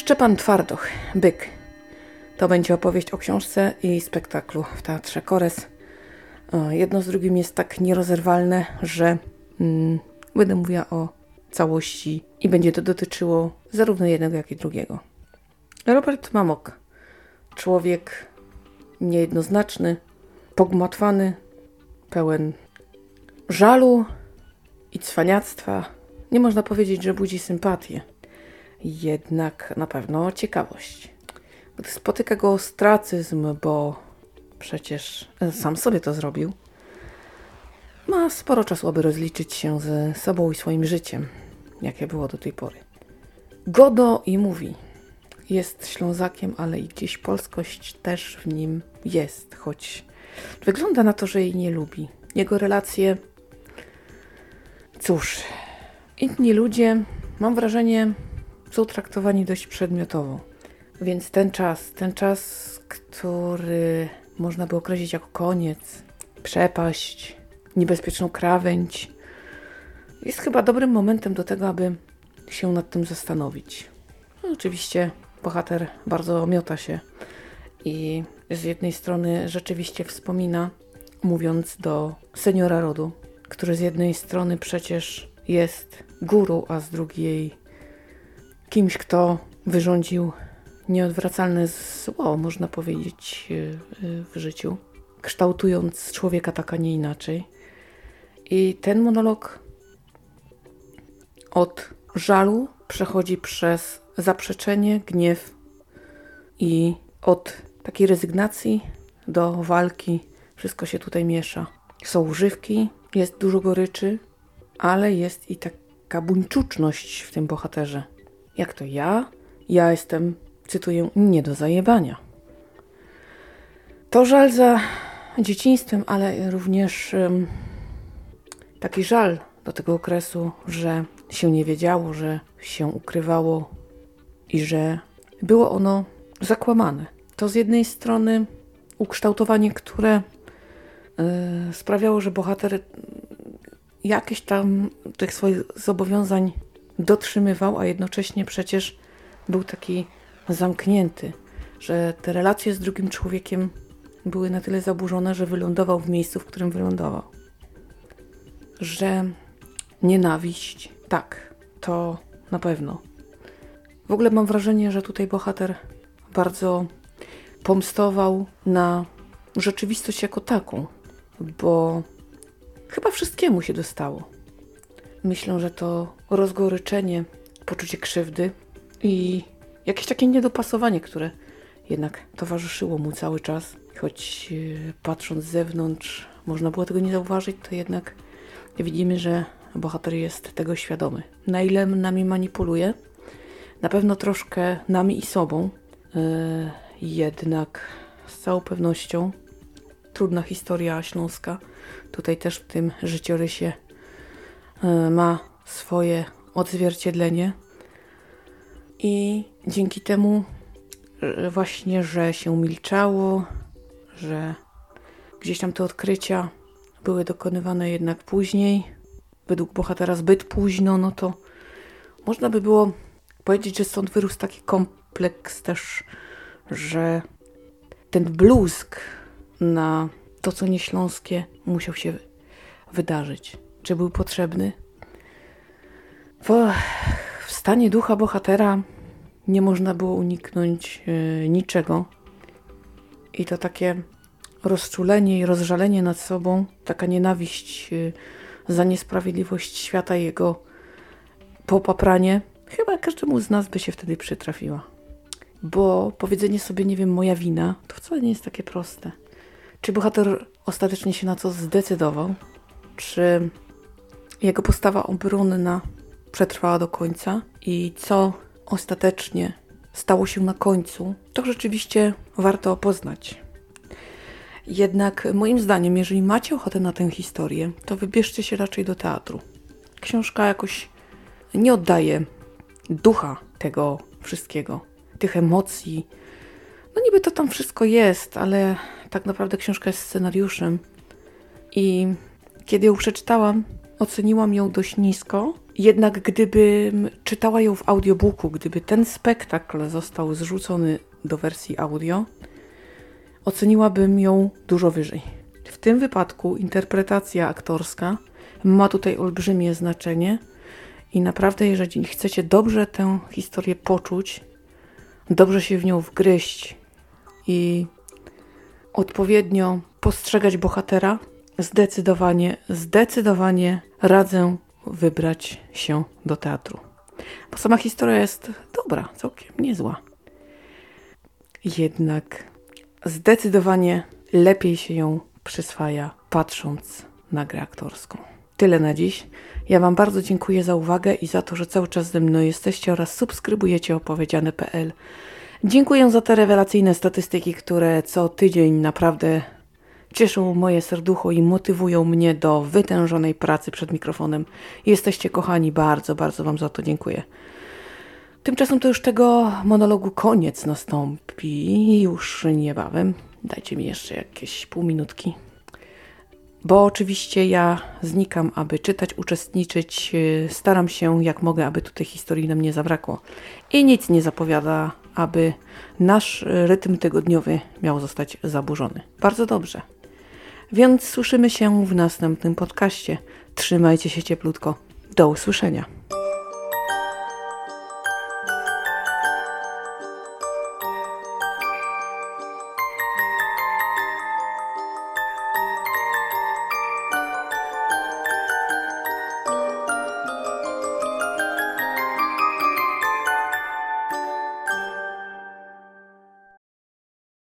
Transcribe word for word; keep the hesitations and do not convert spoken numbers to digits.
Szczepan Twardoch, Byk. To będzie opowieść o książce i spektaklu w Teatrze Kores. Jedno z drugim jest tak nierozerwalne, że mm, będę mówiła o całości i będzie to dotyczyło zarówno jednego, jak i drugiego. Robert Mamok. Człowiek niejednoznaczny, pogmatwany, pełen żalu i cwaniactwa. Nie można powiedzieć, że budzi sympatię. Jednak na pewno ciekawość. Gdy spotyka go ostracyzm, bo przecież sam sobie to zrobił, ma sporo czasu, aby rozliczyć się ze sobą i swoim życiem, jakie było do tej pory. Godo i mówi. Jest Ślązakiem, ale i gdzieś polskość też w nim jest, choć wygląda na to, że jej nie lubi. Jego relacje... Cóż, inni ludzie, mam wrażenie, są traktowani dość przedmiotowo. Więc ten czas, ten czas, który można by określić jako koniec, przepaść, niebezpieczną krawędź, jest chyba dobrym momentem do tego, aby się nad tym zastanowić. No, oczywiście bohater bardzo miota się i z jednej strony rzeczywiście wspomina, mówiąc do seniora rodu, który z jednej strony przecież jest guru, a z drugiej kimś, kto wyrządził nieodwracalne zło, można powiedzieć, w życiu, kształtując człowieka tak, a nie inaczej. I ten monolog od żalu przechodzi przez zaprzeczenie, gniew i od takiej rezygnacji do walki wszystko się tutaj miesza. Są używki, jest dużo goryczy, ale jest i taka buńczuczność w tym bohaterze. Jak to ja? Ja jestem, cytuję, nie do zajebania. To żal za dzieciństwem, ale również um, taki żal do tego okresu, że się nie wiedziało, że się ukrywało i że było ono zakłamane. To z jednej strony ukształtowanie, które yy, sprawiało, że bohater jakieś tam tych swoich zobowiązań dotrzymywał, a jednocześnie przecież był taki zamknięty, że te relacje z drugim człowiekiem były na tyle zaburzone, że wylądował w miejscu, w którym wylądował. Że nienawiść, tak, to na pewno. W ogóle mam wrażenie, że tutaj bohater bardzo pomstował na rzeczywistość jako taką, bo chyba wszystkiemu się dostało. Myślę, że to rozgoryczenie, poczucie krzywdy i jakieś takie niedopasowanie, które jednak towarzyszyło mu cały czas. Choć yy, patrząc z zewnątrz można było tego nie zauważyć, to jednak widzimy, że bohater jest tego świadomy. Na ile nami manipuluje? Na pewno troszkę nami i sobą. Yy, jednak z całą pewnością trudna historia śląska tutaj też w tym życiorysie yy, ma swoje odzwierciedlenie. I dzięki temu właśnie, że się milczało, że gdzieś tam te odkrycia były dokonywane jednak później, według bohatera zbyt późno, no to można by było powiedzieć, że stąd wyrósł taki kompleks też, że ten bluzg na to, co nieśląskie, musiał się wydarzyć. Czy był potrzebny? W, w stanie ducha bohatera nie można było uniknąć yy, niczego. I to takie rozczulenie i rozżalenie nad sobą, taka nienawiść yy, za niesprawiedliwość świata i jego popapranie, chyba każdemu z nas by się wtedy przytrafiła. Bo powiedzenie sobie, nie wiem, moja wina, to wcale nie jest takie proste. Czy bohater ostatecznie się na to zdecydował? Czy jego postawa obronna przetrwała do końca? I co ostatecznie stało się na końcu, to rzeczywiście warto poznać. Jednak moim zdaniem, jeżeli macie ochotę na tę historię, to wybierzcie się raczej do teatru. Książka jakoś nie oddaje ducha tego wszystkiego, tych emocji. No niby to tam wszystko jest, ale tak naprawdę książka jest scenariuszem. I kiedy ją przeczytałam, oceniłam ją dość nisko, Jednak gdybym czytała ją w audiobooku, gdyby ten spektakl został zrzucony do wersji audio, oceniłabym ją dużo wyżej. W tym wypadku interpretacja aktorska ma tutaj olbrzymie znaczenie i naprawdę, jeżeli chcecie dobrze tę historię poczuć, dobrze się w nią wgryźć i odpowiednio postrzegać bohatera, zdecydowanie, zdecydowanie radzę wybrać się do teatru. Bo sama historia jest dobra, całkiem niezła. Jednak zdecydowanie lepiej się ją przyswaja, patrząc na grę aktorską. Tyle na dziś. Ja Wam bardzo dziękuję za uwagę i za to, że cały czas ze mną jesteście oraz subskrybujecie opowiedziane kropka pe el. Dziękuję za te rewelacyjne statystyki, które co tydzień naprawdę cieszą moje serducho i motywują mnie do wytężonej pracy przed mikrofonem. Jesteście kochani, bardzo, bardzo Wam za to dziękuję. Tymczasem to już tego monologu koniec nastąpi już niebawem. Dajcie mi jeszcze jakieś pół minutki. Bo oczywiście ja znikam, aby czytać, uczestniczyć. Staram się jak mogę, aby tutaj historii nam nie zabrakło. I nic nie zapowiada, aby nasz rytm tygodniowy miał zostać zaburzony. Bardzo dobrze. Więc słyszymy się w następnym podcaście. Trzymajcie się cieplutko. Do usłyszenia.